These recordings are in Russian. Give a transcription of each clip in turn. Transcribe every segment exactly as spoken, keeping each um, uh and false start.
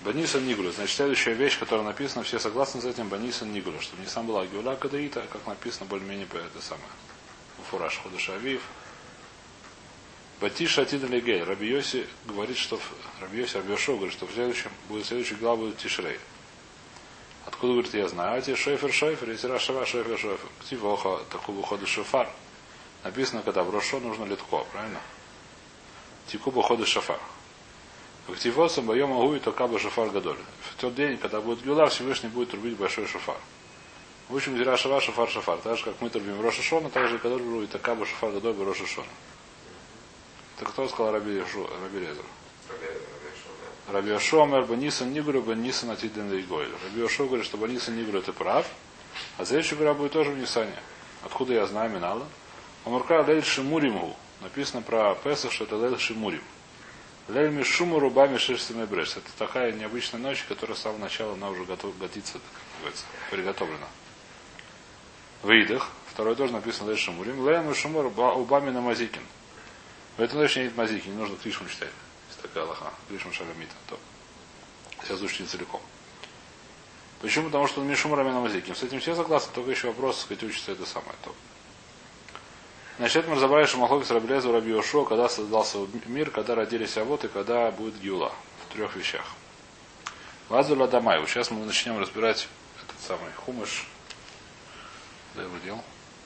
Банисан Нигуля. Значит, следующая вещь, которая написана, все согласны с этим, Банисан Нигуля, чтобы не сам была Геула Кадаита, как написано более-менее по это самое. Фураж Ходыш Авиев. Батиша Атида Легей. Раби Йоси говорит, что Раби Йоси Рабиошо говорит, что в следующем будет следующий глава будет Тишрей. Откуда говорит, я знаю. А те шойфер шойфер, если рашава шойфер шойфер. Ктивоха такого хода шофар. Написано, когда в Рошо нужно литко, правильно? Тикуба хода шофар. Ктивосом боем агуи то каба шофар гадоль. В тот день, когда будет Гюла, Всевышний будет трубить большой шофар. В общем, где рашава шофар шофар. Так же, как мы трубим Роша Шона, так же и гадоль будет то каба шофар гадоль в Роша Шона. Это кто сказал Раби Раби Лезер? Раби Йошуа мэр Банисан Нигуру Банисан Атиден Лейгойль. Раби Йошуа говорит, что Банисан Нигуру это прав, а следующая гора будет тоже в Нисане. Откуда я знаю Минала? Омурка Лель Шимуриму. Написано про Песах, что это Лель Шимурим. Лель Мишуму Рубами Шишсами Бреш. Это такая необычная ночь, которая с самого начала она уже готов, готится, как говорится, приготовлена. Выйдах. Второй тоже написано Лель Шимурим. Лель Мишуму Рубами Намазикин. В этой ночи нет мазики, не нужно Кришму читать. Есть такая лоха. Кришму Шаламита. То. Сейчас учите целиком. Почему? Потому что он Мишум Рамена Мазиким. С этим все согласны, только еще вопрос, сказать, учится это самое. То. Значит, мы разобрали Шамахлоки с Раблезу Раби Йошуа, когда создался мир, когда родились авот и когда будет Гиула. В трех вещах. Вазула Дамай. Сейчас мы начнем разбирать этот самый хумыш. Да его делал.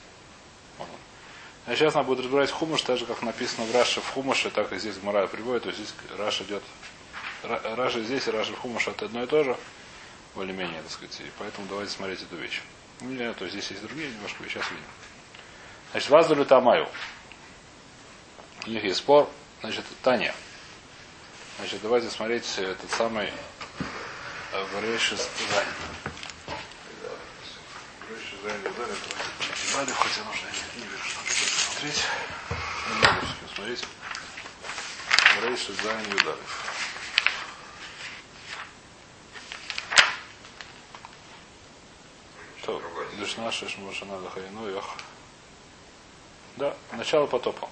А сейчас она будет разбирать хумыш, так же, как написано в Раше в хумыше, так и здесь Гмара приводит, то есть здесь Раш идет. Раша здесь и Раша в хумыше это одно и то же, более-менее, так сказать. И поэтому давайте смотреть эту вещь. Или, то есть здесь есть другие немножко вещи, сейчас видим. Значит, Ваздулю Тамаю. У них есть спор. Значит, Таня. Значит, давайте смотреть этот самый Варейши Зайн. Варейши Зайн Юдалев. Хотя нужно не вижу, что смотреть. Не могу все смотреть. Варейши Зайн Юдалев. То, Дышна Шеш Мушана Дахайну Йох. Да, начало потопа.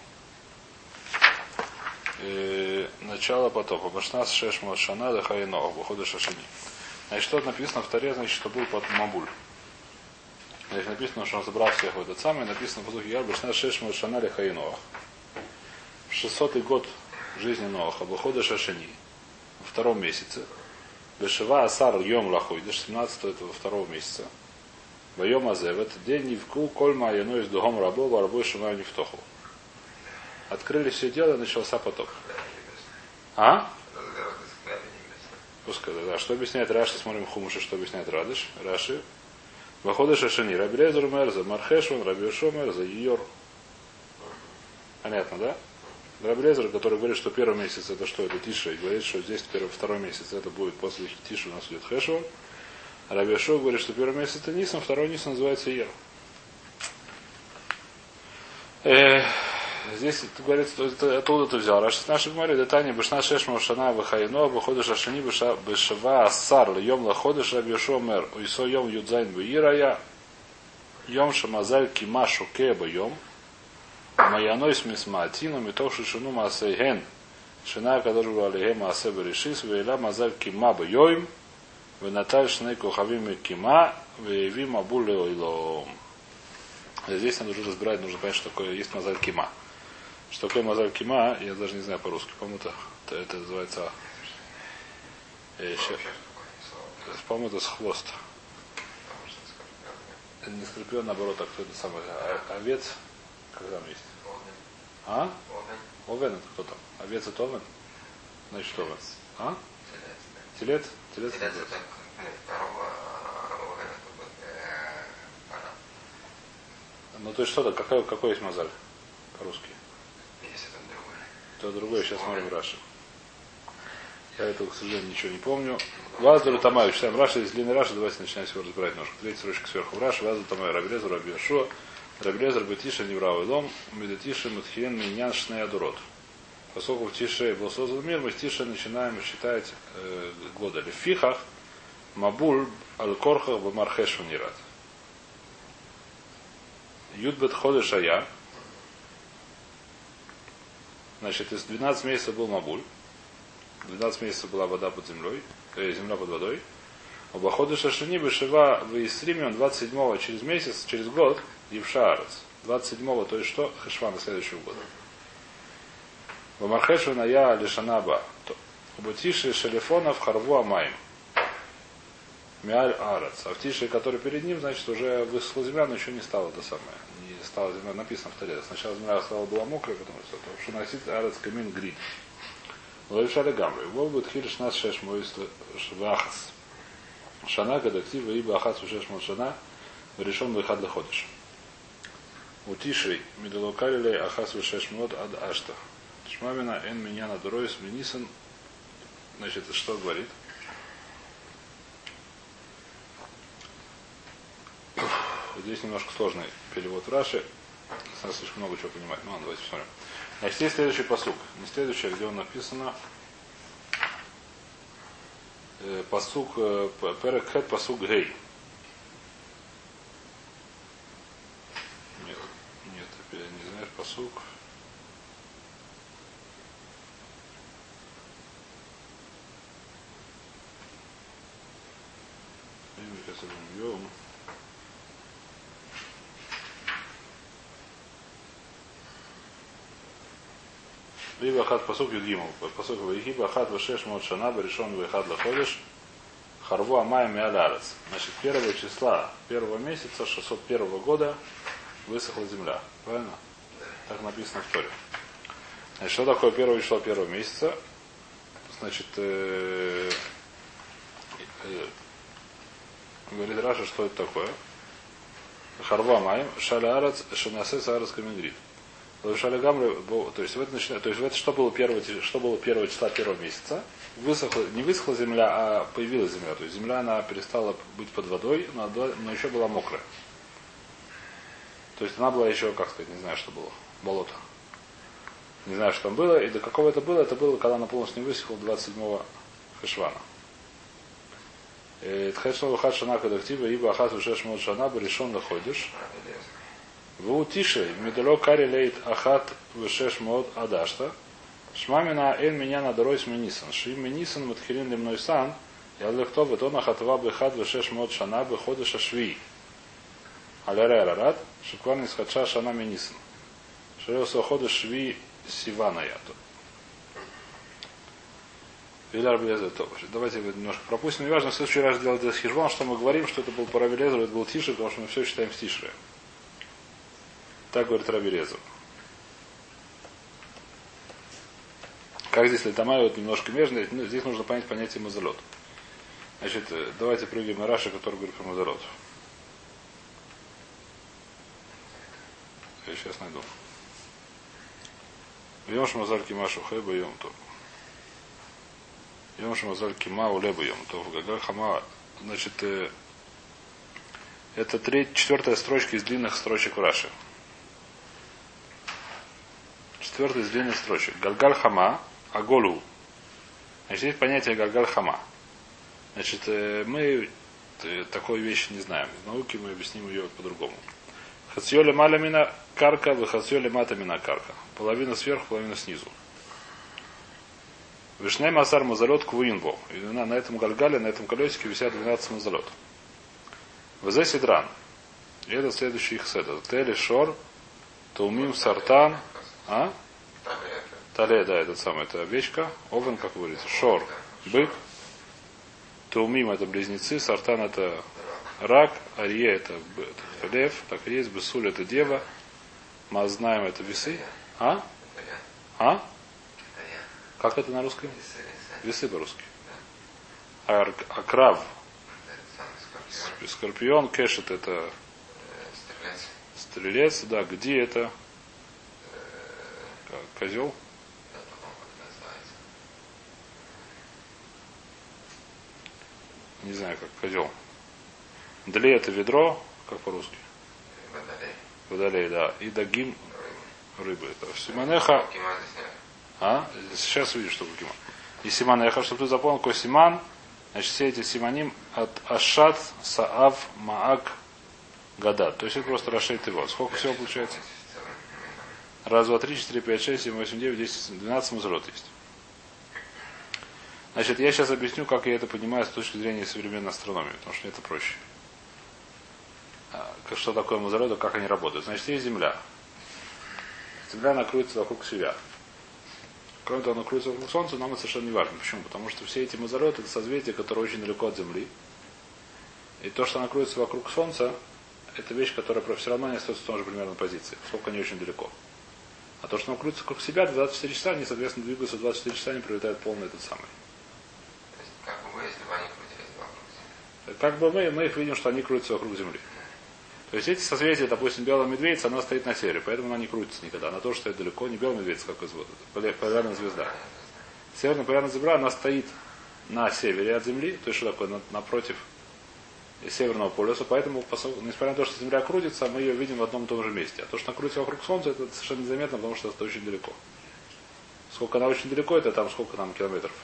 И начало потопа. Башнас Шеш Мушана Дахайну Выхода Шашини. Значит, что написано в Таре, значит, что был под Мабуль. Здесь написано, что он собрал всех в этот самый, написано в Пазухе Яр Башнас Шеш Мушана Дахайну. В шестисотый год жизни Ноаха, выхода Шашини. Во втором месяце. Бешева Асар Йом Лахой, до семнадцатого этого второго месяца. Воем Азе, в этот день Нивку Кольма Яну из Дугом Рабова, Рабой Шумаю Нефтоху. Открыли все дело, и начался потоп. А? Пускай, да. Что объясняет Раши, смотрим Хумуши, что объясняет Радыш. Раши. Выхода Шашини. Раби Лезер Мерза, Мархешван, Раби Йошуа Мерза, Йор. Понятно, да? Раби Лезер, который говорит, что первый месяц это что? Это Тиша. И говорит, что здесь первый, второй месяц это будет после Тиши у нас идет Хешван. Раби Йошуа говорит, что первый месяц это Нисан, второй Нисан называется Ер. Э, здесь говорится, что это, оттуда ты взял. Раши наши говорит, это Таня Бешна Шешма Шана Вахайно, выходишь Ашани Бешава Асар, Йом Лаходиш, Раби Йошуа Мер, Уисо Йом Юдзайн Бирая, Йом Шамазаль Кима Шукеба Йом, Маяной Смисма Атину, Митов Шишину Маасейген, Шина Кадожу Алиге Маасеба Решис, Вейла Мазаль Кима Байоим, Венаталь Шнейку Хавими Кима, Вееви Мабуле Ойлом. Здесь надо уже разбирать, нужно понять, что такое есть Мазаль Кима. Что такое Мазаль Кима, я даже не знаю по-русски. По-моему, это, это называется. Э, по-моему, это с хвост. Это не скорпион, наоборот, а кто это самый? А, овец? Как там есть? А? Овен это кто там? Овец это овен? Значит, овен. А? Телец? Телец это ну то есть что-то, какой, какой есть мазаль по-русски? Есть это другое. То другое, сейчас смотрим Раши. Я этого, к сожалению, ничего не помню. Ваздуру Тамаю, читаем Раши, из длинной Раши, давайте начинаем его разбирать немножко. Третья строчка сверху в Раши, Ваздуру Тамаю, Рабелезу, Раби Йошуа, Рабелезу, Бетиша, Неврау и Лом, Медетиша, Матхиен, Миньян, Шней, Адурот. Поскольку в Тише был создан мир, мы с Тише начинаем считать э, года. Лефихах, Мабуль, Аль-Корхах, Бамархеш, Ванират. Юдбет Ходы Шая. Значит, из двенадцати месяцев был Мабуль. двенадцать месяцев была вода под землей, э, земля под водой. Обоходу шашини бешева в Исриме, двадцать седьмого через месяц, через год, Евшаарец. двадцать седьмого, то есть что? Хешвана следующего года. В Мархешу на я лишанаба. Убатиши шелефонов харву амаем. Миаль арец. А в тише, который перед ним, значит, уже высохла земля, но еще не стало это самое. Не стала земля, написано в Таре. Сначала земля стала была мокрая, потом что носит арец камин грин. Ловишали гамры. Вов будет хирш нас шеш мой швахас. Шана, кадактива, ибо ахас шеш мой шана, решен выход для ходыш. Утиши медалокалилей ахас шеш мод ад ашта. Шмамина эн меня на дуройс минисан. Значит, что говорит? Здесь немножко сложный перевод Раши. Надо слишком много чего понимать. Ну ладно, давайте посмотрим. Значит, есть следующий пасук. Не следующий, где он написано. Пасук Перекхет, пасук Гей. Нет, нет, опять не знаешь, пасук. Йом. Либо хат пасук юдгимов. Пасук вейхиба хат вешеш мод шана решен вейхат лаходиш. Харву амай миалярец. Значит, первого числа первого месяца шестьсот первого года высохла земля. Правильно? Так написано в Торе. Значит, что такое первое число первого месяца? Значит, э, э, говорит Раша, что это такое. Харва маем, шаля арец, шанасес арец каменгрид. Шаля гамры, то есть в это начинает, то есть в это что было первого, что было первого числа первого месяца? Высохла, не высохла земля, а появилась земля. То есть земля она перестала быть под водой, но, но еще была мокрая. То есть она была еще, как сказать, не знаю, что было, болото. Не знаю, что там было. И до какого это было? Это было, когда она полностью не высохла двадцать седьмого Хешвана. Тхэшнова хат шана кадактива, ибо ахат вешеш мод шана бы решен находишь. В утише медало кари лейт ахат вешеш мод адашта. Шмамина эн меня на дорой с минисан. Шим минисан матхилин лимной сан. Я лехто бетон ахатва бы хат вешеш мод шана бы ходыша шви. Аляре арарат. Шикварни схадша шана минисан. Шерёса ходыш шви сивана яту. Давайте немножко пропустим. Неважно, в следующий раз делать здесь хижбан, что мы говорим, что это был по Раби Лезеру, это был Тиши, потому что мы все считаем в Тишре. Так говорит Раби Лезер. Как здесь летамай, вот немножко межно, ну, здесь нужно понять понятие мазалот. Значит, давайте прыгаем на Раша, который говорит про мазалот. Я сейчас найду. Йом шмазаль кимашу хэба йом топ. Йом шмазаль кима улеба йом топ. Гагар хама. Значит, э, это треть, четвертая строчка из длинных строчек в Раши. Четвертая из длинных строчек. Галгаль хама, аголу. Значит, есть понятие галгаль хама. Значит, э, мы э, такой вещи не знаем. В науке мы объясним ее по-другому. Хацьёле маля мина карка, выхацьёле мата мина карка. Половина сверху, половина снизу. Вишней масар мазалот квуинбо. И на, на этом гальгале, на этом колесике висят двенадцать мазалот. Везе сидран. И это следующий их седр. Тели шор, таумим сартан. А? Тале, да, этот самый, это овечка. Овен, как говорится. Шор, бык. Таумим это близнецы. Сартан это рак, арье это, это лев, так и есть, бесуль это дева, мазнаем это весы. А? А? Как это на русском? Весы по-русски. А, а крав? Скорпион, кэшет это стрелец, да, где это? Козел? Не знаю, как козел. Дле это ведро, как по-русски? Водолей. Водолей, да. И дагим рыбы. Это симанеха. А? Сейчас видишь, что кима. И симанеха, чтобы ты запомнил, какой симан. Значит, все эти симаним от ашат, саав, маак, гадат. То есть это просто расширит его. Сколько всего получается? Раз, два, три, четыре, пять, шесть, семь, восемь, девять, десять, двенадцать мазурот есть. Значит, я сейчас объясню, как я это понимаю с точки зрения современной астрономии, потому что это проще. Что такое мазолеты, как они работают. Значит, есть Земля. Земля накроется вокруг себя. Кроме того, она крутится вокруг Солнца, нам это совершенно не важно. Почему? Потому что все эти мазолеты это созвездия, которые очень далеко от Земли. И то, что она крутится вокруг Солнца, это вещь, которая все равно не остается в том же примерно позиции, поскольку они очень далеко. А то, что она крутится вокруг себя, двадцать четыре часа, они, соответственно, двигаются двадцать четыре часа, они прилетают полный этот самый. То есть, как бы вы, если бы они крутились вокруг Земли? Как бы мы, мы их видим, что они крутятся вокруг Земли. То есть эти созвездия, допустим, белая медведица, она стоит на севере, поэтому она не крутится никогда. Она тоже стоит далеко, не белая медведица, как из воды, полярная звезда. Северная полярная звезда, она стоит на севере от Земли, то есть что такое, напротив Северного полюса, поэтому, несмотря на то, что Земля крутится, мы ее видим в одном и том же месте. А то, что она крутится вокруг Солнца, это совершенно незаметно, потому что это очень далеко. Сколько она очень далеко, это там сколько там километров.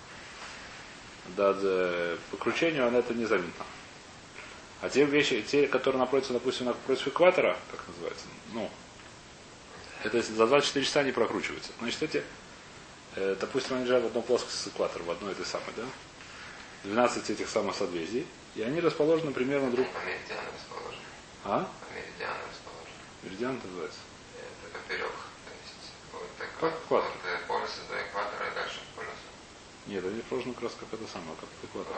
Да, да, по кручению она это незаметно. А те вещи, те, которые находятся, допустим, напротив экватора, как называется, ну, это за двадцать четыре часа не прокручивается. Значит, эти, э, допустим, они лежат в одной плоскости с экватором, в одной этой самой, да? двенадцать этих самых созвездий. И они расположены примерно друг... По меридиану расположены. А? По меридиану расположены. Меридиан это называется? Это поперек. То есть, вот как экватор. От полюса до экватора и дальше от полюса. Нет, они расположены как раз как это самое, как экватор.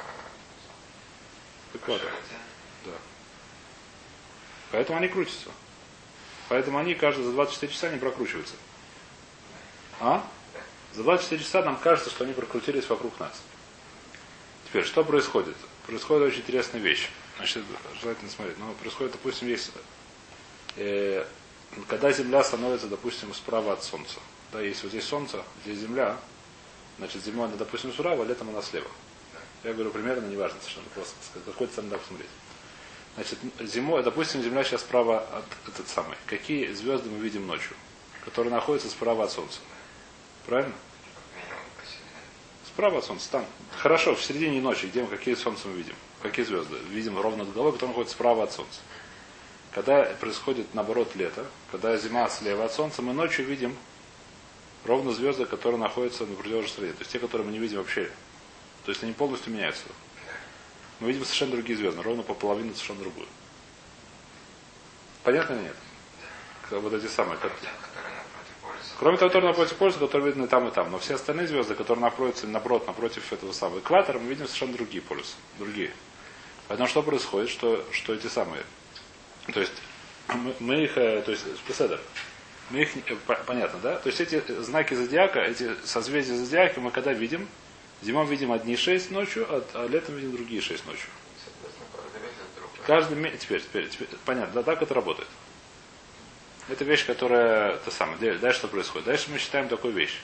По... Экватор. По Да. Поэтому они крутятся. Поэтому они каждые за двадцать четыре часа не прокручиваются. А? За двадцать четыре часа нам кажется, что они прокрутились вокруг нас. Теперь, что происходит? Происходит очень интересная вещь. Значит, желательно смотреть. Но происходит, допустим, есть, э, когда Земля становится, допустим, справа от Солнца. Да, есть вот здесь Солнце, здесь Земля. Значит, зимой она, допустим, справа, а летом она слева. Я говорю примерно, неважно, совершенно просто сказать. Какой-то там надо посмотреть. Значит, зимой, допустим, Земля сейчас справа от этот самый. Какие звезды мы видим ночью? Которые находятся справа от Солнца. Правильно? Справа от Солнца, там. Хорошо, в середине ночи, где мы, какие Солнца мы видим? Какие звезды? Видим ровно над головой, которые находятся справа от Солнца. Когда происходит, наоборот, лето, когда зима слева от Солнца, мы ночью видим ровно звезды, которые находятся на противоположной стороне. То есть те, которые мы не видим вообще. То есть они полностью меняются. Мы видим совершенно другие звезды, ровно по половину совершенно другую. Понятно или нет? Вот эти самые. Как... Кроме того, которые напротив полюса, которые видны там и там. Но все остальные звезды, которые находятся наоборот, напротив этого самого экватора, мы видим совершенно другие полюсы. Другие. Поэтому что происходит, что, что эти самые. То есть мы, мы их, то есть спеседер, мы их, понятно, да? То есть эти знаки зодиака, эти созвездия зодиака мы когда видим, зимой видим одни шесть ночью, а, а летом видим другие шесть ночью. Каждый месяц, теперь, теперь, теперь, понятно, да, так это работает. Это вещь, которая, это самое, дальше что происходит? Дальше мы считаем такую вещь,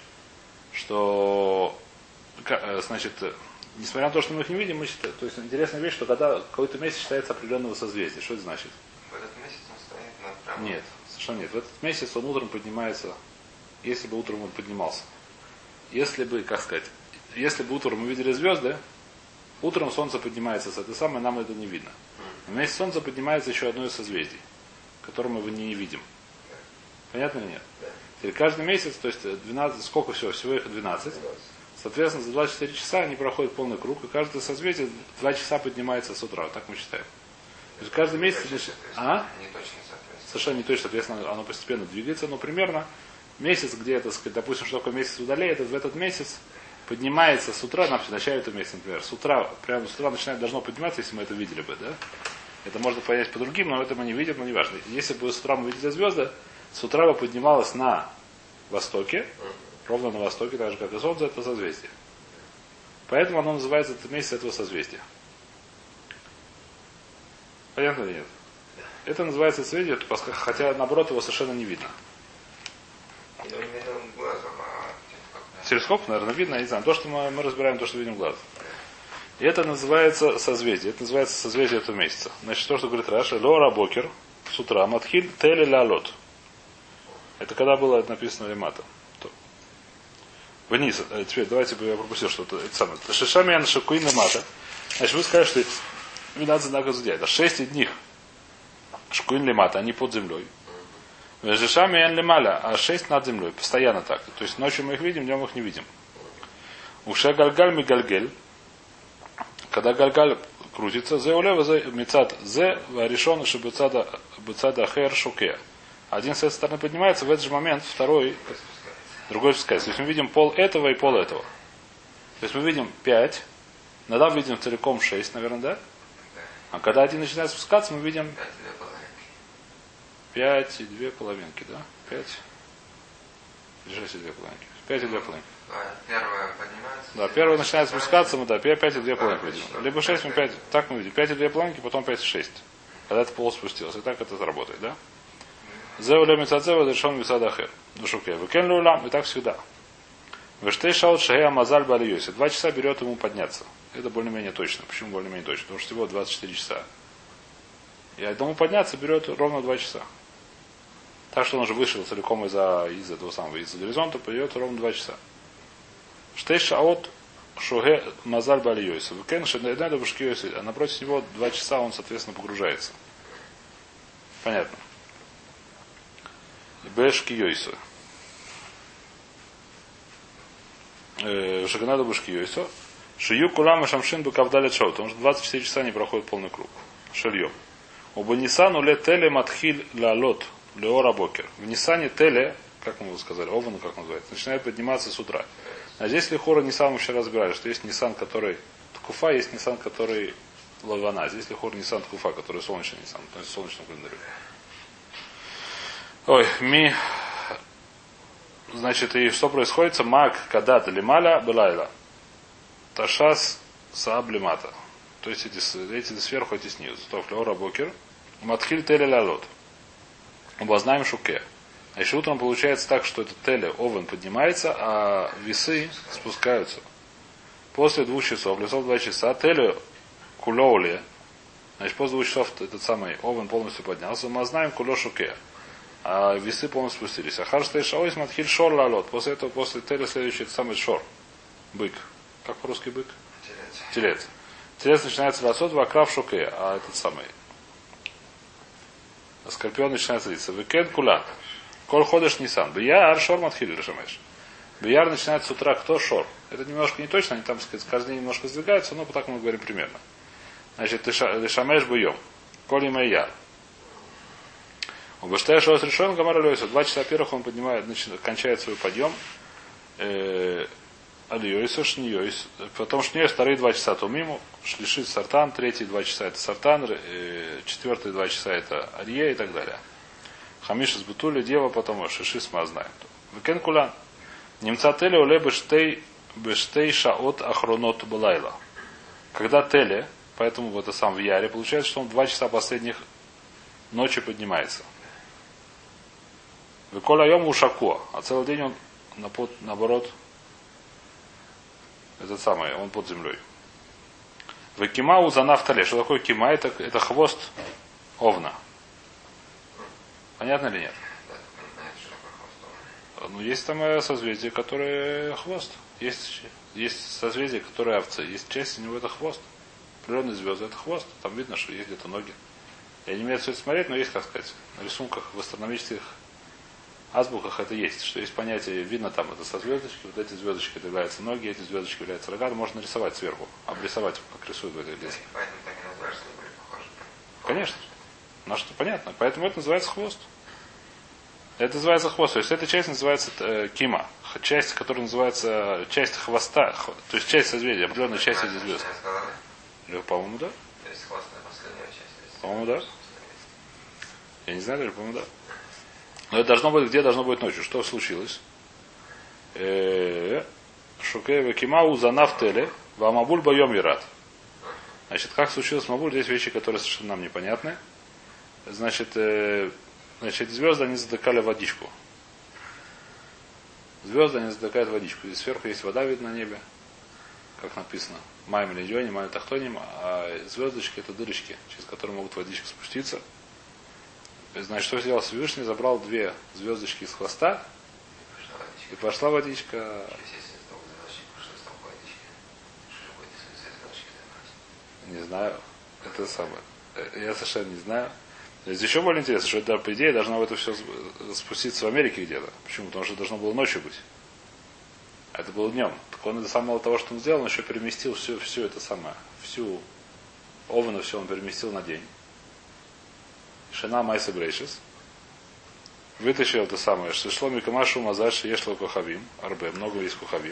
что, значит, несмотря на то, что мы их не видим, мы считаем, то есть интересная вещь, что когда какой-то месяц считается определенного созвездия. Что это значит? В этот месяц он стоит над прямым. Нет, совершенно нет. В этот месяц он утром поднимается, если бы утром он поднимался. Если бы, как сказать, если бы утром мы видели звезды, утром солнце поднимается с этой самой, нам это не видно. Но вместе солнца поднимается еще одно из созвездий, которое мы его не видим. Понятно или нет? Теперь каждый месяц, то есть двенадцать, сколько всего? Всего их двенадцать. Соответственно, за двадцать четыре часа они проходят полный круг, и каждое созвездие два часа поднимается с утра. Вот так мы считаем. То есть каждый месяц... А? Не точно соответственно. Совершенно не точно, соответственно, оно постепенно двигается, но примерно месяц, где, так сказать, допустим, что такое месяц водолея, это в этот месяц поднимается с утра, в начале этого месяца, например, с утра, прямо с утра начинает, должно подниматься, если мы это видели бы, да? Это можно понять по другим, но это мы не видим, но не важно. Если бы с утра мы видели звезды, с утра бы поднималась на востоке, ровно на востоке, так же как и Солнце, это созвездие. Поэтому оно называется этот месяц этого созвездия. Понятно или нет? Это называется созвездие, хотя наоборот его совершенно не видно. Я не видел глазом, а телескоп, наверное, видно, я не знаю. То, что мы, мы разбираем, то, что видим глаз. И это называется созвездие. Это называется созвездие этого месяца. Значит, то, что говорит Раша, Лора Бокер, с утра, Матхиль, Теле Лалот. Это когда было написано Лемата. Вниз. Теперь давайте я пропустил что-то. Это самое. Шишами я нашакуин Лемата. Значит, вы скажете, что двенадцать знаков зодиака. Шесть из них шкуин Лемата, они под землей. Шишами я Лемаля, а шесть над землей. Постоянно так. То есть ночью мы их видим, днем их не видим. Уше гальгаль ми гальгель. Когда гальгаль крутится, зе улева зе мецад зе решен шибуцада буцада хер шуке. Один с этой стороны поднимается, в этот же момент второй, другой спускается. То есть мы видим пол этого и пол этого. То есть мы видим пять, иногда мы видим целиком шесть, наверное, да? А когда один начинает спускаться, мы видим пять и две половинки, да? пять и шесть и две половинки. пять и две половинки. Первая поднимается. Да, первая начинает спускаться, мы да, пять и две половинки видим. Либо шесть, мы пять, так мы видим. пять и две половинки, потом пять и шесть. Когда это пол спустился. И так это заработает, да? Зеуля мецадзева решен мецадахер. Душуке. Выкен лулам, и так всегда. Вештей шаут шея мазаль балиюси. Два часа берет ему подняться. Это более-менее точно. Почему более-менее точно? Потому что всего двадцать четыре часа. И одному подняться берет ровно два часа. Так что он уже вышел целиком из-за из этого самого, из-за горизонта, придет ровно два часа. Штей шаот шуге мазаль балиюси. Выкен шенайда башкиюси. А напротив него два часа он, соответственно, погружается. Понятно. Бешки Йойсо. Шаганада Бешки Йойсо. Шию Кулама Шамшин Бакавдаля Чоу. Потому что двадцать четыре часа не проходит полный круг. Шельем. Оба Нисану ле теле матхиль ла лот леора бокер. В Нисане теле, как мы его сказали, ован, как называется, начинает подниматься с утра. А здесь Лихора Нисан мы вчера разбирали, что есть Нисан, который Ткуфа, есть Нисан, который Лавана. Здесь Лихора Нисан Ткуфа, который солнечный Нисан, то есть солнечный календарь. Ой, ми, значит, и что происходит? Мак, кадат, лималя, белайла. Ташас, сааблимата. То есть эти, эти сверху, эти снизу. То флеора бокер. Матхиль теле лалот. Обознаем шуке. А еще утром получается так, что этот теле, овен, поднимается, а весы спускаются. После двух часов, лесов два часа, теле кулоуле. Значит, после двух часов этот самый овен полностью поднялся. Мы знаем куло шуке. А весы полностью спустились. Ахар стоит шаойс матхиль шор лалот. После этого, после теля, следующий это самый шор. Бык. Как по-русски бык? Телец. Телец. Телец начинается ласот, вакрав шуке. А этот самый. А скорпион начинает садиться. Векен кула. Коль ходишь Нисан. Бияр шор матхиль решамеш. Бияр начинается с утра. Кто шор? Это немножко не точно. Они там, сказать, каждый день немножко сдвигаются, но так мы говорим примерно. Значит, решамеш буем. Коль и яр. Убыштая шоус решен, гамара лёйса. Два часа первых он поднимает, начинает, кончает свой подъем. Алиёйса, шниёйс. Потом шниёйс, вторые два часа тумиму. Шлишит сартан, третьи два часа это сартан, четвертые два часа это арье и так далее. Хамиш из бутули, дева, потом шишис мы знаем. Векен кулан. Немца теле уле бештей бештей шаот ахронот балайла. Когда теле, поэтому вот это сам в яре, получается, что он два часа последних ночи поднимается. Выкола йому ушако, а целый день он наоборот, этот самый, он под землей. Выкимау за нафтале. Что такое кима? Это, это хвост овна. Понятно или нет? Ну, есть там созвездие, которое хвост. Есть, есть созвездие, которое овцы. Есть часть у него это хвост. Природные звезды это хвост. Там видно, что есть где-то ноги. Я не умею все это смотреть, но есть, как сказать, на рисунках, в астрономических азбуках это есть, что есть понятие, видно там это со звездочки, вот эти звездочки это являются ноги, эти звездочки являются рога, можно нарисовать сверху, обрисовать, как рисуют в этой лесе. Конечно. На что понятно. Поэтому это называется хвост. Это называется хвост. То есть эта часть называется э, кима. Часть, которая называется часть хвоста, х, то есть часть созвездия, определенная часть этих звезд. По-моему, да. По-моему, да. Я не знаю даже, по-моему, да. Но это должно быть, где должно быть ночью. Что случилось? Шукеева кимау за нафтеле, вамабуль боем вират. Значит, как случилось с Мабуль, здесь вещи, которые совершенно нам непонятны. Значит, э, значит, звезды, они затыкали водичку. Звезды, они затыкают водичку. Здесь сверху есть вода, видно на небе. Как написано. Майм лидионе, майм тахтоним. А звездочки это дырочки, через которые могут водичка спуститься. Значит, что сделал Всевышний? Забрал две звездочки из хвоста. И пошла водичка. Не знаю. Это самое. Я совершенно не знаю. Здесь еще более интересно, что это, по идее, должно это все спуститься в Америке где-то. Почему? Потому что это должно было ночью быть. А это было днем. Так он это самое того, что он сделал, он еще переместил всю, всю это самое, всю овну, все он переместил на день. Шина майса брейшис. Вытащил это самое, что шло микамашу мазаши ешло кухавим, арбе, много есть кухавим.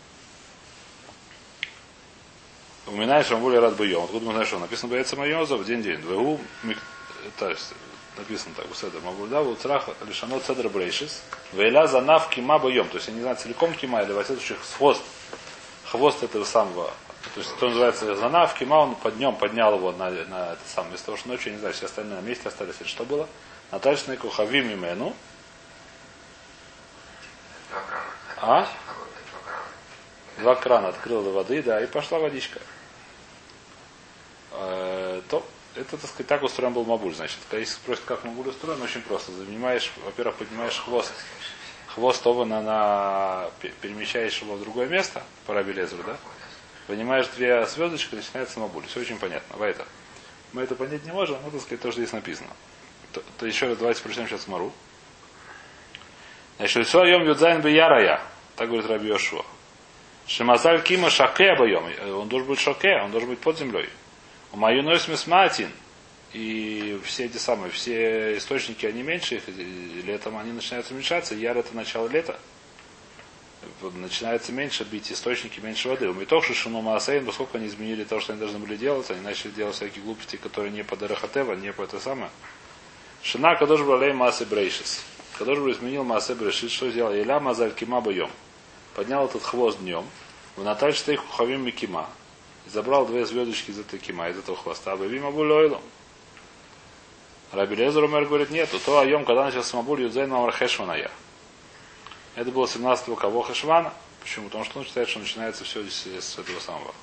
Упоминаешь, что он более рад бы ем. Откуда мы знаем, что написано боится майоза в день-день. Дву, то есть, написано так, у седа мабульда, у црах решено цедр брейшис, вейля занав кима боем. То есть, я не знаю, целиком кима, или во всяком случае, хвост, хвост этого самого. То есть, это называется занав кима, он под днем поднял его на, на это самое. Вместо того, что ночью, я не знаю, все остальные на месте остались, или что было. Натальшный кухавим имену. А? Два крана открыла до воды, да, и пошла водичка. Э, то, это, так сказать, так устроен был мабуль, значит. Если спросят, как мабуль устроен, очень просто. Занимаешь, во-первых, поднимаешь хвост, хвост овна на, перемещаешь его в другое место, по Раби Лезеру, да? Поднимаешь две звездочки, начинается мабуль. Все очень понятно. Вайта. Мы это понять не можем, но, так сказать, то, что здесь написано. То, то еще раз давайте прочитаем сейчас Мару. Значит, все йом юдзайн беярая. Так говорит Раби Йошуа. Шимазаль кима шаке боем. Он должен быть шаке, он должен быть под землей. У мою нойс мисматин. И все эти самые, все источники, они меньше, их, летом они начинают уменьшаться. Яр это начало лета. Начинается меньше бить источники, меньше воды. У Митох Шишуну Маасейн, поскольку они изменили то, что они должны были делать, они начали делать всякие глупости, которые не по Дерахатева, не по это самое. Шина Кадош Балей Маасе Брейшис. Кадош Балей изменил Маасе Брейшис, что сделал? Иля Мазаль Кима Боем. Поднял этот хвост днем. В Наталь Штейх Кухавим Микима. И забрал две звездочки из этой кима, из этого хвоста. Абавим Абуль Ойлом. Раби Лезер Умер говорит, нет, то айом, когда начался Мабуль, Юдзайн Мамар Хешваная. Это было семнадцатого кого Хешвана. Почему? Потому что он считает, что начинается все здесь с этого самого.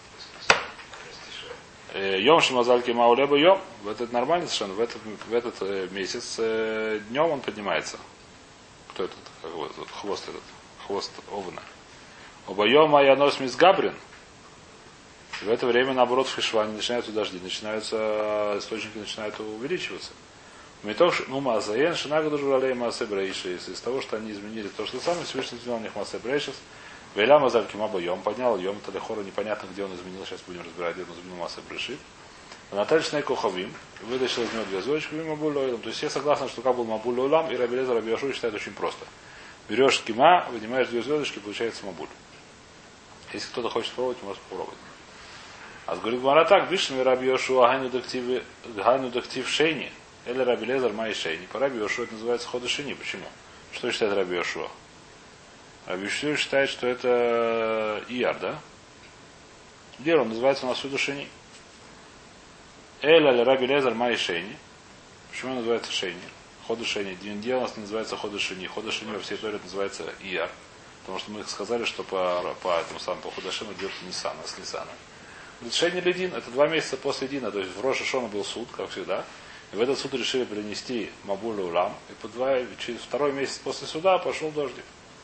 Йом Шимазаль Кима Улеба Йом. В этот нормально совершенно. В этот, в этот э, месяц э, днем он поднимается. Кто этот? Как его, этот хвост этот? Хвост овна. Оба Йома Янос Мисгабрин. В это время, наоборот, в Хешване начинаются дожди, начинаются источники начинают увеличиваться. Метов, ну, Мазаен, Шинага Дужуралей Масе Брейшис. Из того, что они изменили то, что самое, Всевышний изменил у них Масе Брейшис. Вейля Мазаль Кима Йом, поднял Йом, Талихора непонятно, где он изменил, сейчас будем разбирать, где он изменил Масе Брейшис. Наталья Шнейко Хавим, вытащил из него две звездочки, Мабуль Ойлам. То есть все согласны, что как был Мабуль Ойлам, и Раби Лезер Раби Йошуа считает очень просто. Берешь кима, вынимаешь две звездочки, получается Мабуль. Если кто-то хочет попробовать, может попробовать. А говорит Гмара так, Вишнами Раби Йошуа Гану Дактив Шейни, или Раби Лезер Май Шейни. По Раби Йошуа это называется Хода Шейни. Почему? Что считает Раби Йошуа? Раби Йошуа считает, что это Ияр, да? Лер, он называется у нас Хода Шейни. Эля или Раби Лезер Май Шейни. Почему он называется Шейни? Хода Шейни. День у нас не называется Хода Шейни. Хода Шейни во всей Торе называется Ияр. Потому что мы сказали, что по, по этому самому по Хода Шейни идет Нисан, с Нисана. Шейни Ледин, это два месяца после Дина, то есть в Рош Шона был суд, как всегда. И в этот суд решили принести Мабуль Улам. И по два, через второй месяц после суда пошел дождик.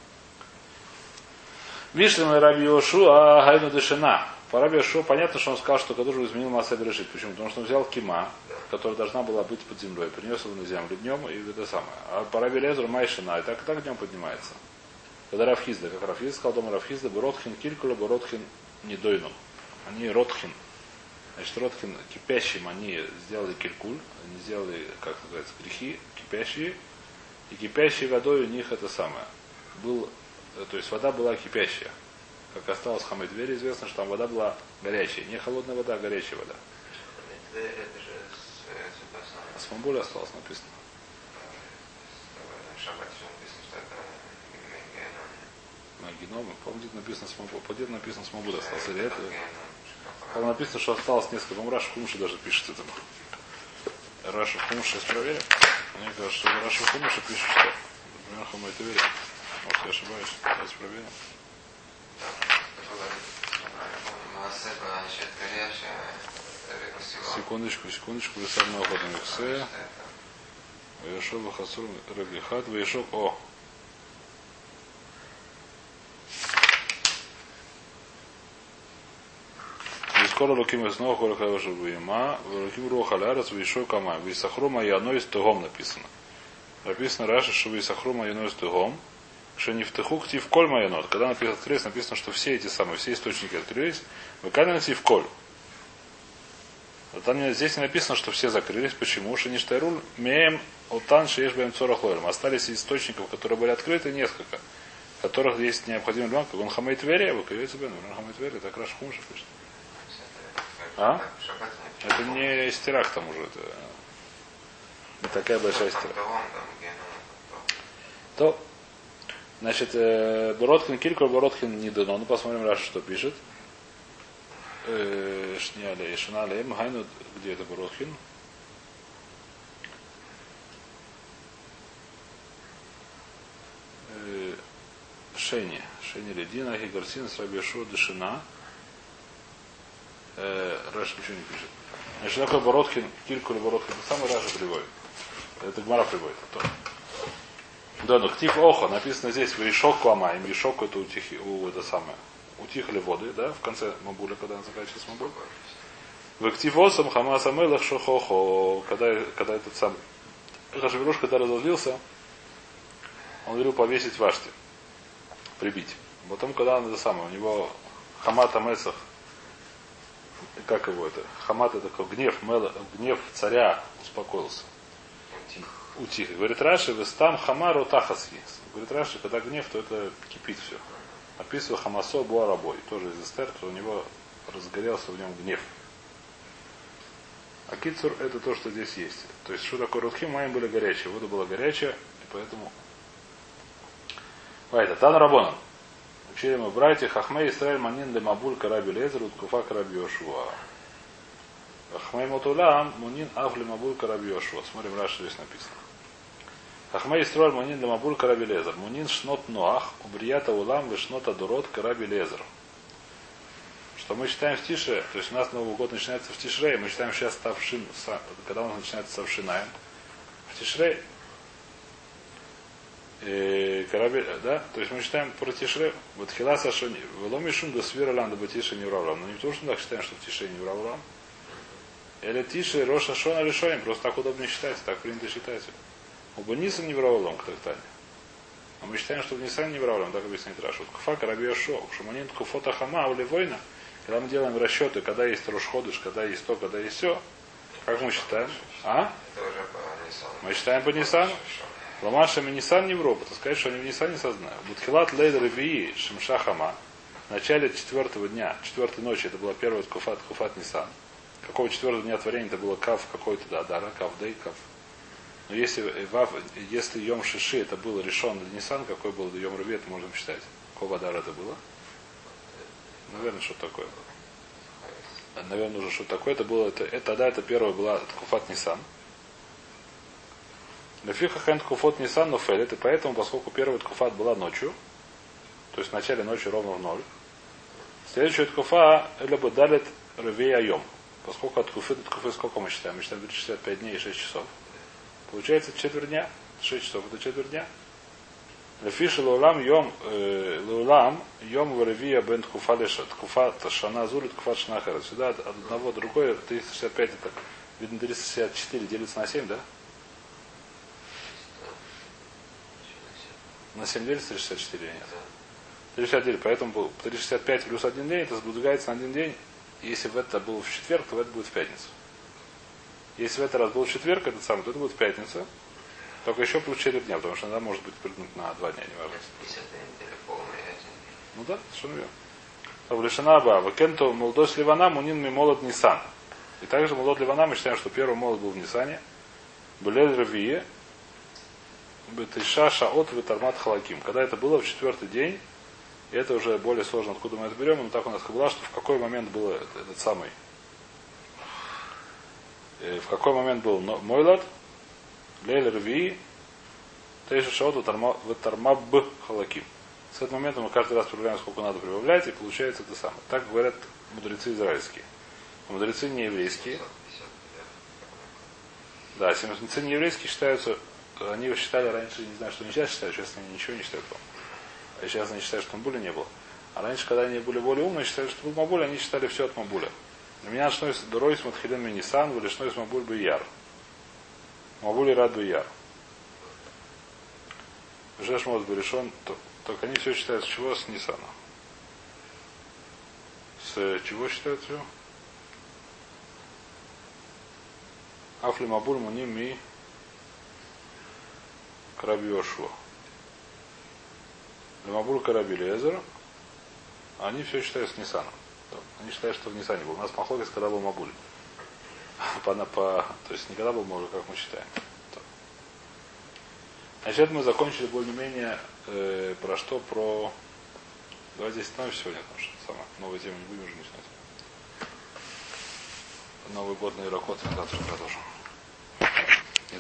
Вишлем и Раби Йошуа Гайну Дешина. По Раби Йошуа понятно, что он сказал, что Кадуш изменил Маасе Брешит. Почему? Потому что он взял кима, которая должна была быть под землей, принес его на землю днем, и это самое. А по Раби Лезеру Майшина, и так и так днем поднимается. Когда Рафхизда, как Рафхизда сказал дома Рафхизда, Боротхин Килькула, Боротхин Недойну. Они Ротхин. Значит, Ротхин кипящим они сделали килькуль, они сделали, как называется, грехи, кипящие. И кипящей водой у них это самое. Был, то есть вода была кипящая. Как осталось в Хамой двери, известно, что там вода была горячая. Не холодная вода, а горячая вода. А с Мамбуля осталось написано. На Геноме. Помните, написано с Мамбуля. По-деду написано с Мамбуля остался. Или это? Там написано, что осталось несколько. По-моему, Раша Хумша даже пишет это. Раша Хумша, сейчас проверим. Мне кажется, что Раша Хумша пишет, что например, Хамой двери. Может, я ошибаюсь. Давайте проверим. Секундочку, секундочку, вы сам на уходом Ихсе. Вешов Хасур Рагихат, Вешов. О! И скоро Луким из Нова Холя Хаваша Буима, Луким Рухалярас, Вешов Кама, Висахрума Яно из Тугом написано. Написано Раша, что Висахрума Яно из Тугом. Шенифтеху ктив коль майонот. Когда написано, открылись, написано, что все эти самые, все источники открылись. Выканен ктив коль. Там здесь не написано, что все закрылись. Почему? Шеништайруль меем отан шеешбаем цорахлоем. Остались из источников, которые были открыты, несколько, которых есть необходимый бланк, как он хамейт вере, выпивается бен, он хамейт вере, так раз хумша пишет. А? Это не стирах там уже. Это не такая большая стира. То, значит, Бородхин Килькор, Бородхин не дано. Ну, посмотрим Раша, что пишет. Шняли, Шнали, Мхайну, где это Бородхин? Шени. Шени Ледина, Хигарсин, Срабишу, Дышина. Раша ничего не пишет. Значит, такой Бородхин, Килькор, Бородхин, самый Раша приводит. Это Гмара приводит. Да, ну ктив оха, написано здесь в Ишок Ламаем. Ишок это утихи, у это самое. Утихли воды, да, в конце Мабуля, когда он заканчивается Мабуль. В ктивосам Хамаса Мелах Шохохо, когда, когда этот сам Хашвирош, когда разозлился, он говорил повесить Вашти, прибить. Потом, когда он это самое, у него Хамат Амесах, как его это? Хамат это такой гнев, мел, гнев царя успокоился. Утих. Говорит Раши, вы там хамару тахаски. Говорит Раши, когда гнев, то это кипит все. Описывал Хамасо Буарабой. Тоже из Эстер, то у него разгорелся в нем гнев. А кицур это то, что здесь есть. То есть, что такое Рудхим, маем были горячие. Вода была горячая, и поэтому... Вайта, Тан Рабонан. Учили мы братья Хахмей Исраэль Манин де Мабуль Караби Лезер Уткуфа Караби Йошуа. Хахмей Мотулам Мунин Авли Мабуль Караби Йошуа. Смотрим, Раши здесь написано. Хахмей Исраэль Манин де Мабуль Караби Лезер. Мунин Шнот Ноах Убрията Улам Вишнота Дурот Караби Лезер. Что мы читаем в Тише, то есть у нас Новый год начинается в Тишрей, мы читаем сейчас Тавшин, когда у нас начинается Савшинаем. В Тишрей Карабель, да? То есть мы читаем про Тишре. Вот Хила Сашони. Веломи шум до свира ланда батиша не враврам. Но не потому, что мы так считаем, что в Тише не враврам. Или Тише Роша Шона решаем. Просто так удобнее считать, так принято считать. У Баниса не враврам, как так. А мы считаем, что в Нисан не враврам, так объясняет Раша. Вот Куфа Карабия Шо. Шуманин Куфота Хама Ули Война. Когда мы делаем расчеты, когда есть Рошходыш, когда есть то, когда есть все. Как мы считаем? А? Мы считаем по Нисану. Ламаша Нисан не в робот, сказать, что они в Нисане сознают. Будхилат Лейдер Вии Шимша Хама. В начале четвертого дня, четвертой ночи, это была первая Куфат, Куфат Нисан. Какого четвертого дня творения это было Кав какой-то, да, Дара, Кав Дей, Кав. Но если Вав, если Йом Шиши это было решен для Нисан, какой был Йом Руви, это можем считать. Какого Дара это было? Наверное, что такое. Наверное, уже что такое. Это было, это, это, тогда это первая была Куфат Нисан. Лефиха хэнд куфот Нисан нофелит, и поэтому, поскольку первая ткуфат была ночью, то есть в начале ночи ровно в ноль, следующая ткуфа либо далит ревей айом. Поскольку от ткуфы до ткуфы сколько мы считаем? Мы считаем триста шестьдесят пять дней и шесть часов. Получается четверть дня. шесть часов это четверть дня. Лефиша лаулам йом лаулам йом варевия бен ткуфа леша ткуфа шана зули ткуфа шнахера. Сюда от одного другое триста шестьдесят пять это видно триста шестьдесят четыре делится на семь, да? На семь делится триста шестьдесят четыре или нет? триста шестьдесят девять, поэтому триста шестьдесят пять плюс один день, это сдвигается на один день. Если в это был в четверг, то это будет в пятницу. Если в этот раз был в четверг, этот самый, то это будет в пятницу. Только еще плюс четыре дня, потому что она может быть прыгнуть на два дня, не важно. Ну да, совершенно верно. Повлешена Аба. Вакенту молодос Ливана, Мунин ми молод Нисан. И также молод Ливана, мы считаем, что первый молод был в Нисане. Булед Равие. Бетиша Шаот Витармат Халаким. Когда это было в четвертый день, и это уже более сложно, откуда мы это берем, но так у нас было, что в какой момент был этот, этот самый, в какой момент был Мойлад, Лейль Рви, Тейша Шаот Витармаб Халаким. С этого момента мы каждый раз проверяем, сколько надо прибавлять, и получается это самое. Так говорят мудрецы израильские. Мудрецы нееврейские. Да, мудрецы нееврейские считаются. Они его считали раньше, не знаю, что они сейчас считают, сейчас они ничего не считают. А сейчас они считают, что Мабуля не было. А раньше, когда они были более умные, считали, что был Мабуль, они считали все от Мабуля. На меня начной с Дорой с Матхилен Минисан, вылешной с Мабуль бы Яр. Мабуль и Рад бы Яр. Жешмот Берешон, то, только они все считают с чего? С Нисана. С чего считают все? Афли Мабуль Муним Ми Краби Йошуа. Мабуль Караби Лезер. Они все считают с Нисаном. Они считают, что в Нисане был. У нас Махлокис, когда был Мабуль. По, по, то есть никогда был Мабуль, как мы считаем. Значит, мы закончили более-менее э, про что? Про... Давайте остановимся сегодня, потому что самое новую тему не будем уже начинать. Новый год на Иракот завтра продолжим.